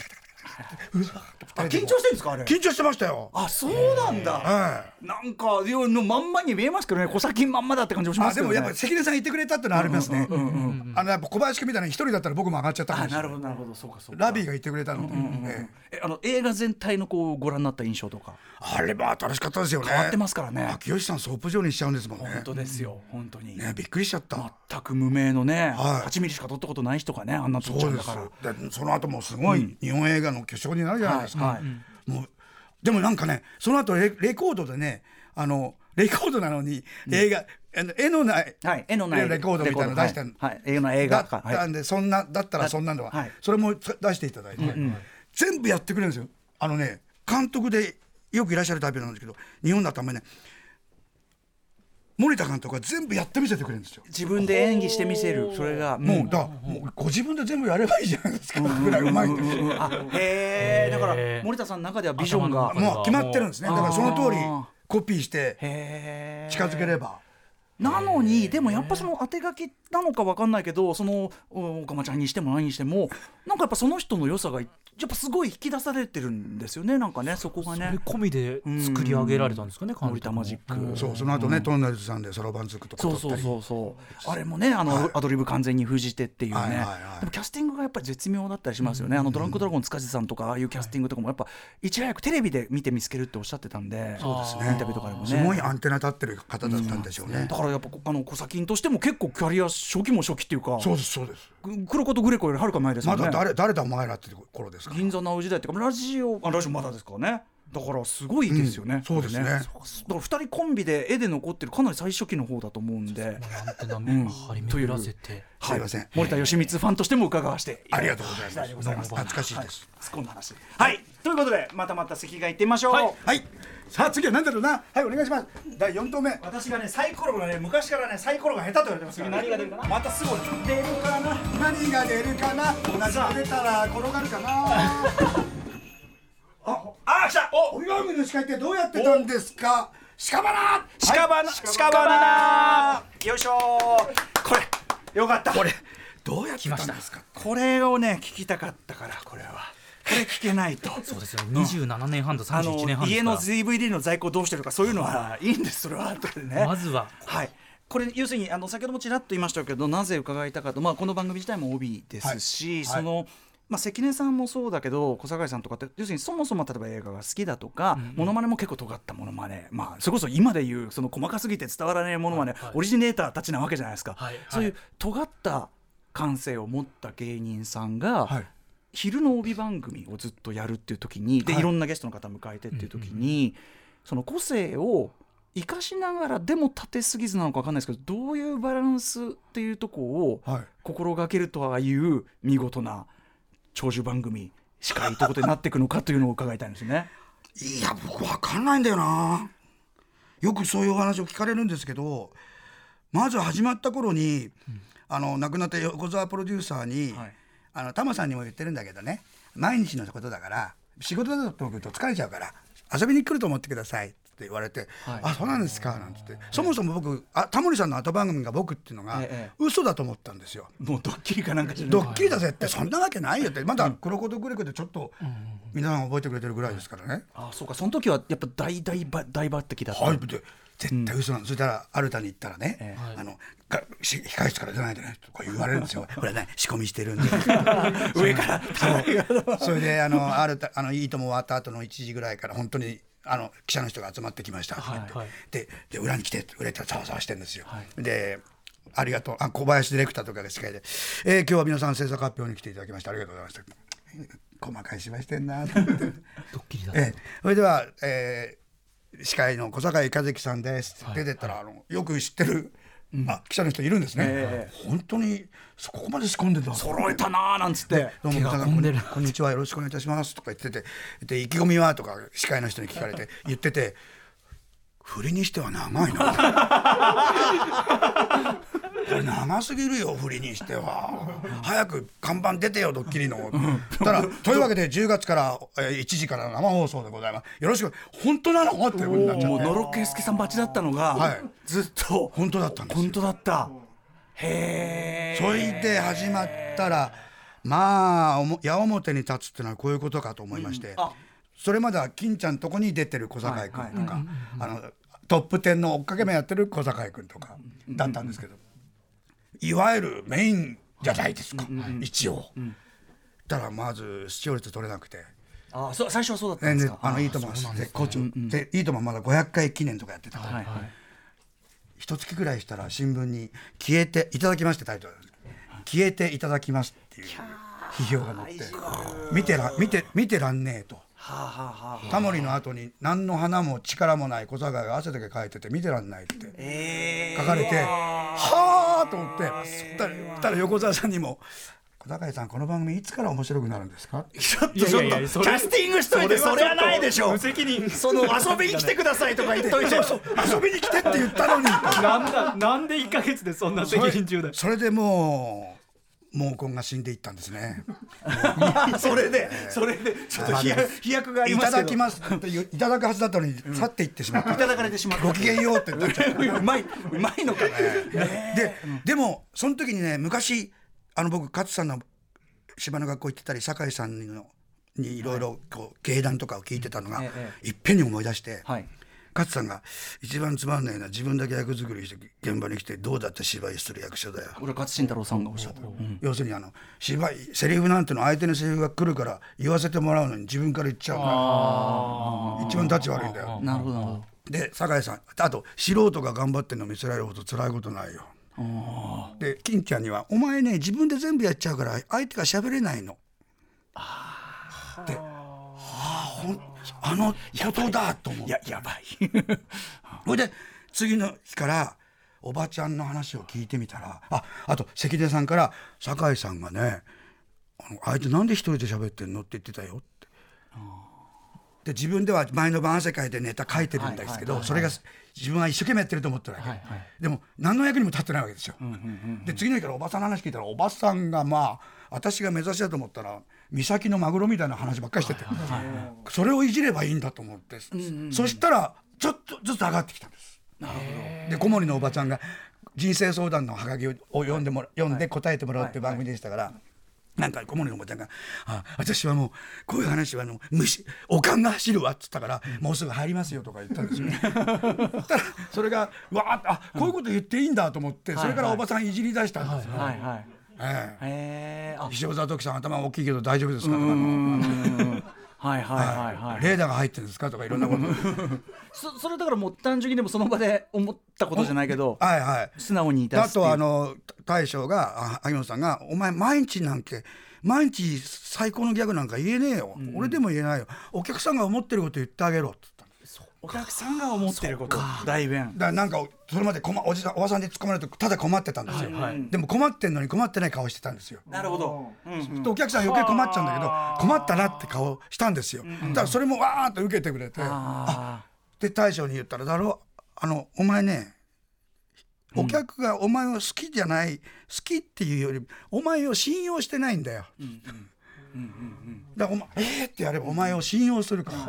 緊張してるんですかあれ？ 緊張してましたよ。 そうなんだ。なんかのまんまに見えますけどね、小崎まんまだって感じもしますけどね。 でもやっぱ関根さん言ってくれたってのはありますね。やっぱ小林君みたいに一人だったら僕も上がっちゃったかもしれない。 なるほどなるほど、そうかそうか。 ラビーが言ってくれたので。 映画全体のご覧になった印象とか。 あれも新しかったですよね。 変わってますからね。 秋吉さんソープ状にしちゃうんですもんね。 本当ですよ本当に。 びっくりしちゃった。 全く無名のね、8ミリしか撮ったことない人がねあんな撮っちゃうんだから。 その後もすごい日本映画の巨匠になるじゃないですか。もうでもなんかねその後レコードでねレコードなのに映画絵のないレコードみたいなの出した映画だったんでだったらそんなのはそれも出していただいて全部やってくれるんですよ。監督でよくいらっしゃるタイプなんですけど日本だとあんまりね森田監督は全部やってみせてくれるんですよ。 自分で演技してみせる。それがもうご自分で全部やればいいじゃないですかぐらいうまいんですよ。 だから森田さんの中ではビジョンがもう決まってるんですね。だからその通りコピーして近づければ。 なのにでもやっぱその当て書きなのか分かんないけどその岡間ちゃんにしても何にしてもなんかやっぱその人の良さがやっぱすごい引き出されてるんですよね。なんかねそこがねそれ込みで作り上げられたんですかね。 森田マジック。 その後ねトンネルズさんでそろばんつくとか撮ったり。 あれもねアドリブ完全に封じてっていうね。でもキャスティングがやっぱり絶妙だったりしますよね。ドランクドラゴン塚地さんとかああいうキャスティングとかもやっぱいち早くテレビで見て見つけるっておっしゃってたんで。 そうですね。 インタビューとかでもねすごいアンテナ立ってる方だったんでしょうね。 だからやっぱ小崎としても結構キャリア初期も初期っていうか。 そうです黒子とグレコよりはるか前ですもんね。 まだ誰だお前らって頃ですか。 銀座ナウ時代っていうかラジオまだですからね。だからすごいですよね。 そうですね。だから2人コンビで絵で残ってるかなり最初期の方だと思うんで。 張り巡らせて。 すいません。 森田義満ファンとしても伺わせて。 ありがとうございます。懐かしいです。 こんな話。はいということでまた席が行ってみましょう。 はい。さあ次は何だろうな。はいお願いします。第4投目。 私がねサイコロがね昔からねサイコロが下手と言われてますから。何が出るかな。またすぐ出るかな。 何が出るかな。同じが出たら転がるかな。 来た。 帯番組の司会ってどうやってたんですか。 鹿花よいしょ。これよかった。 これどうやってたんですか。 これをね聞きたかったからこれ聞けないと。 そうですよ。27年半と31年半家の DVD の在庫どうしてるかそういうのはいいんです。それは後でね。 まずはこれ要するに先ほどもちらっと言いましたけどなぜ伺いたかと、この番組自体も帯ですし、関根さんもそうだけど小堺さんとかって要するにそもそも例えば映画が好きだとか、モノマネも結構尖ったモノマネ、それこそ今でいうその細かすぎて伝わらないモノマネ、オリジネーターたちなわけじゃないですか。そういう尖った感性を持った芸人さんが、昼の帯番組をずっとやるっていう時にいろんなゲストの方迎えてっていう時に、その個性を生かしながらでも立てすぎずなのか分かんないですけどどういうバランスっていうとこを心がけるとはいう見事な長寿番組司会ということになっていくのかというのを伺いたいんですね。 いや僕分かんないんだよな。 よくそういうお話を聞かれるんですけど、まず始まった頃に、亡くなった横澤プロデューサーに、タマさんにも言ってるんだけどね、毎日のことだから仕事だと思うと疲れちゃうから遊びに来ると思ってくださいって言われて、あ、そうなんですかなんて言って、そもそも僕タモリさんの後番組が僕っていうのが嘘だと思ったんですよ。 もうドッキリかなんかじゃない、 ドッキリだぜってそんなわけないよって、まだ黒子とグレコでちょっと皆さん覚えてくれてるぐらいですからね。 あ、そうか、その時はやっぱ大抜擢だった。 はい、で絶対嘘なんです。そしたらアルタに行ったらね、控室から出ないでねとか言われるんですよ。これね仕込みしてるんで上からそれでアルタいいとも終わった後の1時ぐらいから本当に記者の人が集まってきましたって言って、で裏に来てって裏にざわざわしてるんですよ。でありがとう、小林ディレクターとかが司会で、今日は皆さん制作発表に来ていただきましてありがとうございました。細かい芝居してんなと思ってドッキリだ、 それでは、司会の小坂井和樹さんですって出てったら、よく知ってる記者の人いるんですね。本当にここまで仕込んでた、 揃えたなーなんつって、 どうもこんにちはよろしくお願いいたしますとか言ってて、で意気込みはとか司会の人に聞かれて言ってて、振りにしては長いなこれ長すぎるよ振りにしては、早く看板出てよドッキリのたらというわけで10月から1時から生放送でございます、よろしく。本当なのってことになっちゃって、 もう野呂佳祐さん待ちだったのが、ずっと本当だったんですよ。 本当だった。へそれで始まったら、まあ矢面に立つっていうのはこういうことかと思いまして、それまでは金ちゃんとこに出てる小坂井君とか、トップ10の追っかけ目やってる小坂井君とかだったんですけど、いわゆるメインじゃないですか、一応。だからまず視聴率取れなくて、 最初はそうだったんですか。 いいとも絶好調で、いいともまだ500回記念とかやってたから、一月ぐらいしたら新聞に消えていただきますってタイトルなんです。消えていただきますっていう批評が載って、見てらんねえと。タモリの後に何の花も力もない小坂井が汗だけかいてて見てらんないって書かれて、はあと思って、そしたら横澤さんにも小坂井さんこの番組いつから面白くなるんですか。 ちょっとキャスティングしといて、それはないでしょ。無責任。その遊びに来てくださいとか言っといて遊びに来てって言ったのになんで1ヶ月でそんな責任重大。 それでもう毛根が死んでいったんですねそれでちょっと飛躍がありますけど、 いただきますっていただくはずだったのに去っていってしまった、 いただかれてしまった。 ごきげんようって言っちゃったうまいのかでもその時にね、昔僕勝さんの芝の学校行ってたり酒井さんにいろいろ芸談とかを聞いてたのがいっぺんに思い出して、勝さんが一番つまんないのは自分だけ役作りして現場に来てどうだって芝居する役者だよ。 これ勝新太郎さんがおっしゃった、 要するに芝居セリフなんての相手のセリフが来るから言わせてもらうのに自分から言っちゃうから一番立ち悪いんだよ。 なるほど。 で酒井さん、あと素人が頑張ってるの見せられるほど辛いことないよ。で金ちゃんにはお前ね自分で全部やっちゃうから相手が喋れないので、ことだと思う。 やばいそれで次の日からおばちゃんの話を聞いてみたら、あと関根さんから酒井さんがね、相手なんで一人で喋ってんのって言ってたよって。で自分では前の晩汗かいてネタ書いてるんですけど、それが自分は一生懸命やってると思ってるわけ、でも何の役にも立ってないわけですよ。で次の日からおばさんの話聞いたら、おばさんが私が目指したと思ったら三崎のマグロみたいな話ばっかりしてて、それをいじればいいんだと思って、そしたらちょっとずつ上がってきたんです。なるほど。で小森のおばちゃんが人生相談のハガキを読んで答えてもらうっていう番組でしたから、なんか小森のおばちゃんが私はもうこういう話はおかんが走るわっつったから、もうすぐ入りますよとか言ったんですよねたらそれがこういうこと言っていいんだと思って、それからおばさんいじり出したんですよ。石尾沢時さん頭大きいけど大丈夫ですかとか、レーダーが入ってるんですかとかいろんなことそれだからもう単純にでもその場で思ったことじゃないけど、素直にいたあと大将が萩本さんがお前毎日最高のギャグなんか言えねえよ、俺でも言えないよ、お客さんが思ってること言ってあげろって言ったんです。 お客さんが思ってること代弁だからなんかそれまでおばさんで突っ込まれるとただ困ってたんですよ、でも困ってんのに困ってない顔してたんですよ。 なるほど、 お客さん余計困っちゃうんだけど困ったなって顔したんですよ。だからそれもわーっと受けてくれて、で大将に言ったらだろお前ね、お客がお前を好きじゃない、好きっていうよりお前を信用してないんだよ、だからってやればお前を信用するから、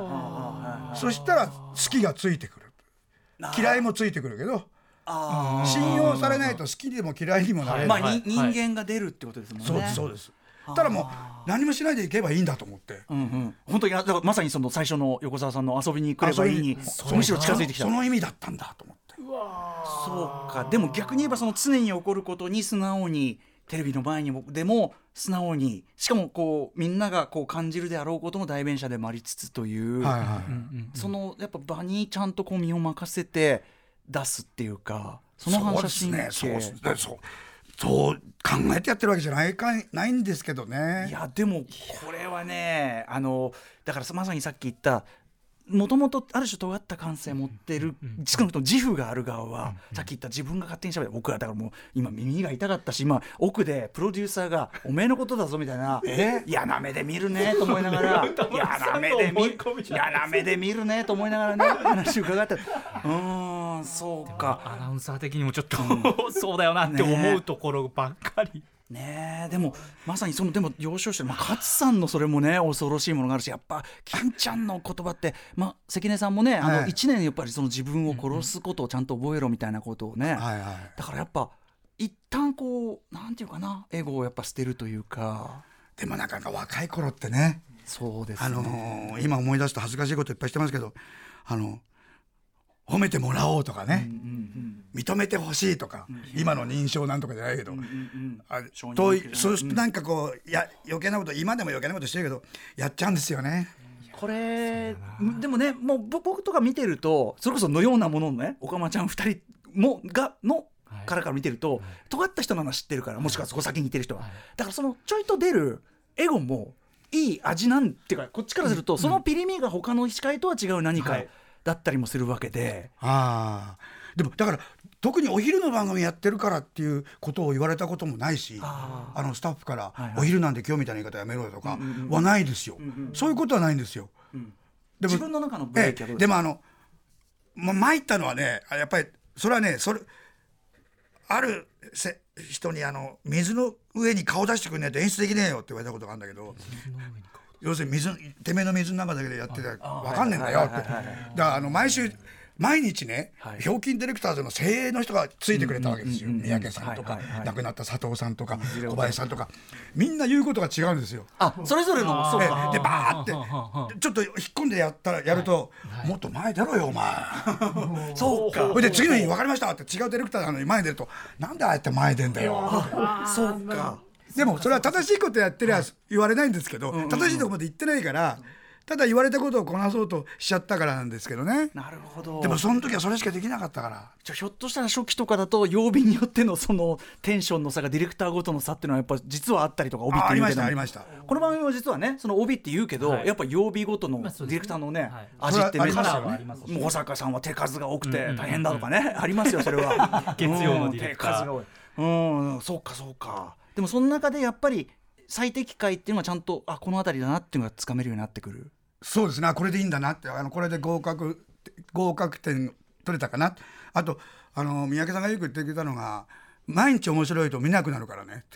そしたら好きがついてくる、嫌いもついてくるけど、信用されないと好きでも嫌いにもなれない、 人間が出るってことですもんね。 そうです。ただもう何もしないでいけばいいんだと思って、 本当にだからまさにその最初の横澤さんの遊びに来ればいいにむしろ近づいてきた、 その意味だったんだと思って。 そうか。でも逆に言えばその常に起こることに素直に、テレビの前にもでも素直に、しかもこうみんながこう感じるであろうことの代弁者でもありつつという、そのやっぱ場にちゃんとこう身を任せて出すっていうか、その反射神経、 そう考えてやってるわけじゃないんですけどね。 いやでもこれはね、だからまさにさっき言ったもともとある種尖った感性持ってる、少なくとも自負がある側は、さっき言った自分が勝手に喋る、僕はだからもう今耳が痛かったし、今奥でプロデューサーがおめえのことだぞみたいな、嫌な目で見るねと思いながら嫌な目で見るねと思いながらね話を伺って、そうか。 アナウンサー的にもちょっとそうだよなって思うところばっかりね。でもまさにそのでも幼少してる、勝さんのそれもね恐ろしいものがあるし、やっぱ金ちゃんの言葉って、関根さんもね1年やっぱりその自分を殺すことをちゃんと覚えろみたいなことをね、だからやっぱ一旦こうなんていうかな、エゴをやっぱ捨てるというか。 でもなかなか若い頃ってね、 そうですね、 今思い出すと恥ずかしいこといっぱいしてますけど、褒めてもらおうとかね、認めてほしいとか、今の認証なんとかじゃないけど、そうするとなんかこう余計なこと、今でも余計なことしてるけどやっちゃうんですよね。 これでもね、もう僕とか見てると、それこそのようなもののね、おかまちゃん2人ものから見てると、尖った人なのは知ってるから、もしくはそこ先にいてる人は、だからそのちょいと出るエゴもいい味なんていうか、こっちからするとそのピリミが他の司会とは違う何かだったりもするわけで、 でもだから特にお昼の番組やってるからっていうことを言われたこともないし、スタッフからお昼なんで今日みたいな言い方やめろよとかはないですよ。そういうことはないんですよ。 でも自分の中のブレーキはどうですか？ でも参ったのはね、やっぱりそれはね、ある人に水の上に顔出してくんないと演出できねえよって言われたことがあるんだけど、要するにてめえの水の中だけでやってたら分かんねえんだよって。だから毎日ね、ひょうきんディレクターズの精鋭の人がついてくれたわけですよ。三宅さんとか亡くなった佐藤さんとか小林さんとか、みんな言うことが違うんですよ。 それぞれのそうでバーってちょっと引っ込んでやると、もっと前出ろよお前そうか。 で次の日分かりましたって違うディレクターなのに前に出ると、なんでああやって前出んだよ。 そうか。 でもそれは正しいことやってりゃ言われないんですけど、正しいところまで言ってないから、ただ言われたことをこなそうとしちゃったからなんですけどね。 なるほど。 でもその時はそれしかできなかったから。 じゃあひょっとしたら初期とかだと曜日によってのそのテンションの差が、ディレクターごとの差っていうのはやっぱ実はあったりとか、帯って言うけどありました。 この番組は実はね、その帯って言うけど、やっぱ曜日ごとのディレクターのね、味ってめちゃくちゃもう保坂さんは手数が多くて大変だとかね、ありますよそれは。 月曜のディレクター、 手数が多い。そうか。でもその中でやっぱり最適解っていうのはちゃんとこの辺りだなっていうのがつかめるようになってくる。 そうですね、これでいいんだなって、これで合格点取れたかな。あと三宅さんがよく言ってくれたのが、毎日面白いと見なくなるからね。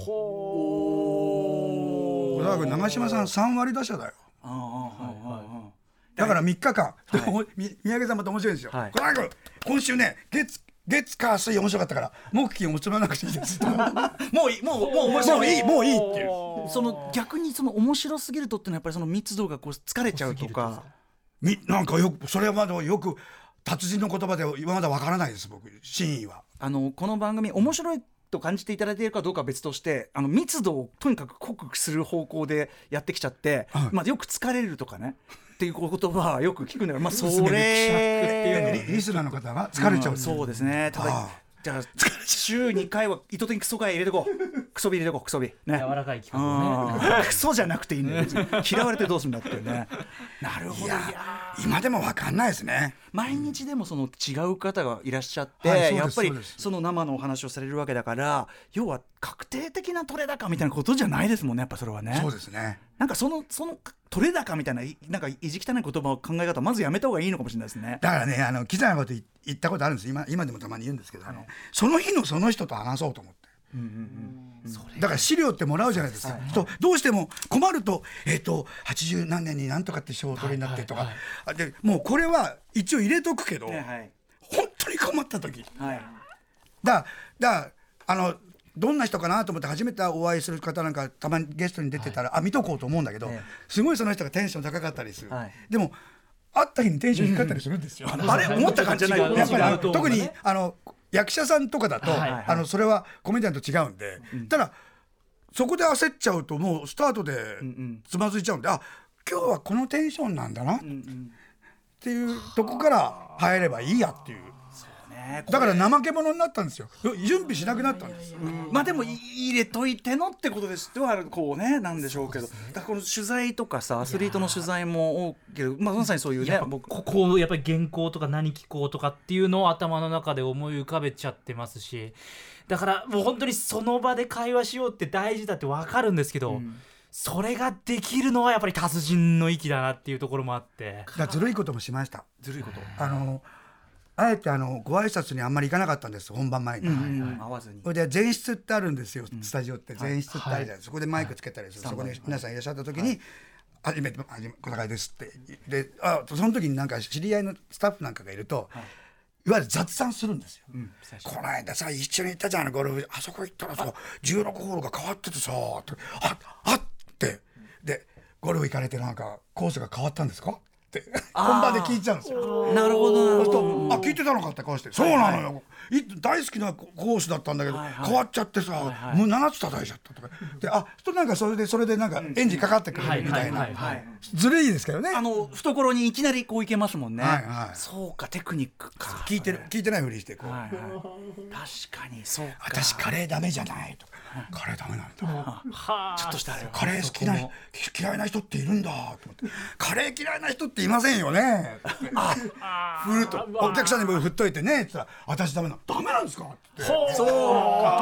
小沢君、長嶋さん3割打者だよ。だから3日間、三宅さんまた面白いんですよ。小沢君、今週ね、月火水面白かったから木金面白がなくていいですもう面白い、もういいっていう。 その逆にその面白すぎるとっていうのはやっぱりその密度がこう疲れちゃうとか、 なんかそれはまだよく達人の言葉ではまだわからないです、僕真意は。 この番組面白いと感じていただいているかどうかは別として、密度をとにかく濃くする方向でやってきちゃって、よく疲れるとかねっていう言葉はよく聞くんだけど、それリスナーの方が疲れちゃう、 そうですね。ただじゃあ週2回は意図的にクソガイ入れてこう、クソビ入れてこう、クソビね、 柔らかい企画をねクソじゃなくていいんだよ嫌われてどうするんだっていうね。なるほど。 今でも分かんないですね。 毎日でもその違う方がいらっしゃって、やっぱりその生のお話をされるわけだから、要は確定的な取れ高みたいなことじゃないですもんね、やっぱそれはね。 そうですね。 なんかその取取れ高みたいななんか意地汚い言葉を考え方まずやめた方がいいのかもしれないですね。 だからねキザなこと言ったことあるんです。今でもたまに言うんですけど、その日のその人と話そうと思って、だから資料ってもらうじゃないですか、どうしても困ると、80何年になんとかって賞を取りになってとか、でもうこれは一応入れとくけど、本当に困った時、だからどんな人かなと思って初めてお会いする方なんかたまにゲストに出てたら、見とこうと思うんだけど、すごいその人がテンション高かったりする、でも会った日にテンション低かったりするんですよ、あれ思った感じじゃない。やっぱり特に役者さんとかだと、それはコメディアンと違うんで、ただそこで焦っちゃうともうスタートでつまずいちゃうんで、今日はこのテンションなんだなっていうとこから入ればいいやっていう。だから怠け者になったんですよ。準備しなくなったんです。 まあでも入れといてのってことですってはこうねなんでしょうけど、だからこの取材とかさアスリートの取材も多けど、まさにそういうねここやっぱり原稿とか何聞こうとかっていうのを頭の中で思い浮かべちゃってますし、だからもう本当にその場で会話しようって大事だって分かるんですけど、それができるのはやっぱり達人の域だなっていうところもあって、 ずるいこともしました。 ずるいことあえてご挨拶にあんまり行かなかったんです、本番前に。 会わずに。 それで前室ってあるんですよ、スタジオって前室ってあるじゃないですか、そこでマイクつけたりする、そこに皆さんいらっしゃった時に初めて小坂井ですってで、その時になんか知り合いのスタッフなんかがいると、いわゆる雑談するんですよ、この間さ一緒に行ったじゃんゴルフ、あそこ行ったらさ16ホールが変わっててさってでゴルフ行かれてなんかコースが変わったんですかって本番で聞いちゃうんですよ。 なるほど。 聞いてたのかって顔して、そうなのよ、大好きなコースだったんだけど変わっちゃってさ、もう7つ叩いちゃったとかで、なんかそれでなんかエンジンかかってくるみたいな、ずるいですけどね。 懐にいきなりこういけますもんね。そうか、テクニックか。 聞いてないふりしてこう、 確かにそうか。 私カレーダメじゃないとか、カレーダメなんだ、 ちょっとしたカレー嫌いな人っているんだと思って、カレー嫌いな人っていませんよね振るとお客さんにも振っといてねって言ったら、私ダメなんですかって。 そうか、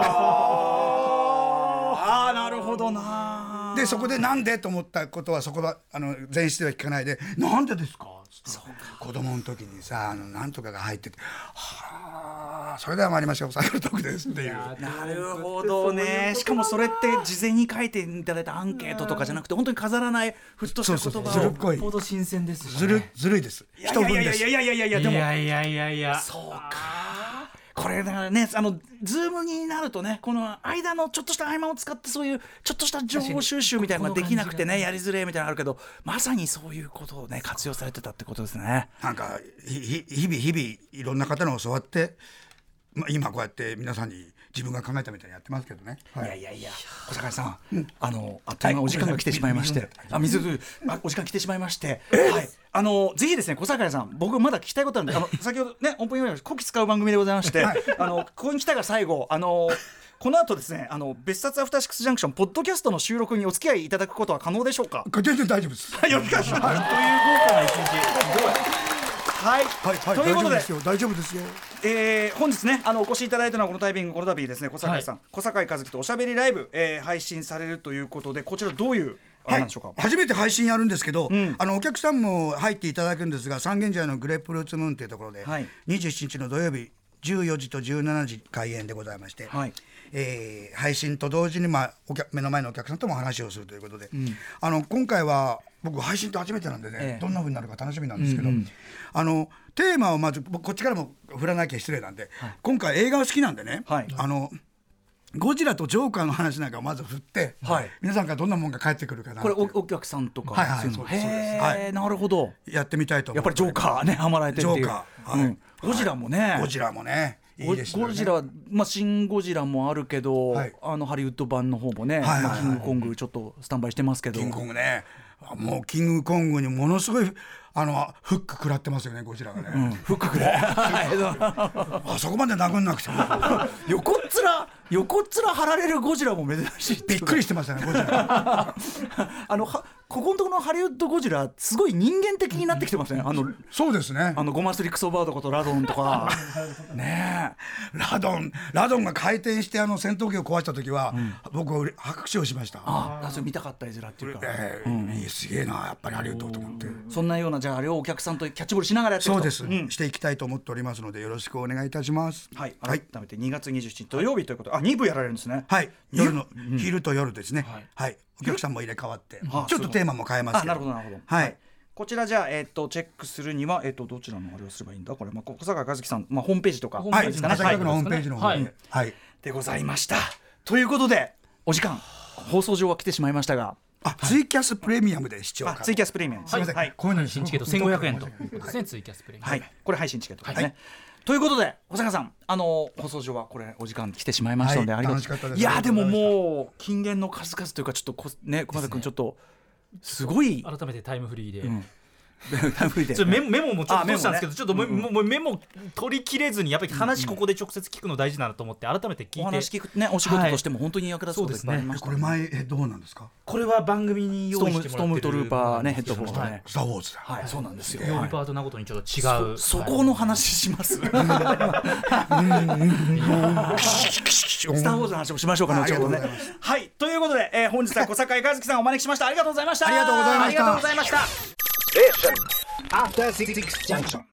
なるほどな。 でそこでなんでと思ったことは、そこは前室では聞かないで、なんでですか子供の時にさなんとかが入ってて、それでは参りましょう、最後のトークですっていう。 なるほどね。しかもそれって事前に書いていただいたアンケートとかじゃなくて、本当に飾らないふっとした言葉を。 ずるっこい、 ほど新鮮ですし、 ずるいです。人分です。 いやでもいやそうか。これだからね、ズームになるとね、この間のちょっとした合間を使ってそういうちょっとした情報収集みたいなのができなくてね、やりづれみたいなのあるけど、まさにそういうことをね活用されてたってことですね。 なんか日々いろんな方の教わって、今こうやって皆さんに自分が考えたみたいにやってますけどね。 いや小坂井さん、あっという間お時間が来てしまいまして、お時間来てしまいまして、ぜひですね小坂井さん、僕まだ聞きたいことあるんで、先ほどねオープン用意こき使う番組でございまして、ここに来たが最後この後ですね別冊アフターシックスジャンクションポッドキャストの収録にお付き合いいただくことは可能でしょうか。 全然大丈夫です。 よろしくお願いします。という豪華な一日。ということで大丈夫ですよ。 本日ねお越しいただいたのはこのタイミング、この度ですね小坂井さん、小坂井和樹とおしゃべりライブ、配信されるということで、こちらどういうなんでしょうか。 初めて配信やるんですけど、お客さんも入っていただくんですが、三軒茶屋のグレープフルーツムーンというところで、27日の土曜日14時と17時開演でございまして、配信と同時に、目の前のお客さんとも話をするということで、今回は僕配信って初めてなんでね、どんな風になるか楽しみなんですけど、テーマをまずこっちからも振らなきゃ失礼なんで、今回映画を好きなんでね、ゴジラとジョーカーの話なんかをまず振って、皆さんからどんなもんが返ってくるかな。 これお客さんとかなるほど、 やってみたいと思って。やっぱりジョーカーねハマられてるっていう。ジョーカー、ゴジラもねいいですよね。ゴジラ、シン・ゴジラもあるけど、ハリウッド版の方もね、キングコングちょっとスタンバイしてますけど、 キングコングね、もうキングコングにものすごいフック食らってますよね、ゴジラがね。 フック食らあそこまで殴んなくても横っ面張られるゴジラも珍しい。 びっくりしてましたねゴジラここのところのハリウッドゴジラすごい人間的になってきてますね。 そうですね。 ゴマスリクソバードことラドンとかねえラドンが回転して戦闘機を壊した時は、僕は拍手をしました。 それ見たかった絵面っていうか、 すげえなやっぱりハリウッドと思って。 そんなようなじゃああれをお客さんとキャッチボールしながらやっていくと。 そうです、していきたいと思っておりますのでよろしくお願いいたします。 はい、改めて2月27日土曜日ということで、2部やられるんですね。 はい、昼と夜ですね。はい、お客さんも入れ替わってちょっとテーマも変えますけど。 なるほどなるほど。はい、こちらじゃあチェックするにはどちらのあれをすればいいんだこれ。小坂和樹さんホームページとか朝日学のホームページの方ででございました。ということでお時間放送上は来てしまいましたが、 ツイキャスプレミアムで視聴。 ツイキャスプレミアム、 すみません、こういうのに新チケット1500円ということですね。ツイキャスプレミアム、 はい、これ配信チケットですね。ということで小坂さん放送上はこれお時間来てしまいましたので、ありがとうございます。いやでももう金言の数々というかちょっとね小坂君ちょっとすごい改めてタイムフリーで、メモもちょっとしたんですけど、ちょっともうメモ取りきれずにやっぱり話ここで直接聞くの大事だなと思って改めて聞いて、 お話聞くね、お仕事としても本当に役立つことがいっぱいありました。 これ前どうなんですか。 これは番組に用意してもらってるストームトルーパーねヘッドフォンとね、 スターウォーズだ。 はい、そうなんですよ。 曜日パートナーごとにちょっと違うそこの話します。スター・ウォーズの話をしましょうか後ほどね。はい、ということで本日は小坂井和樹さんをお招きしました。ありがとうございました。 ありがとうございました。 ありがとうございました。 After 66 junction.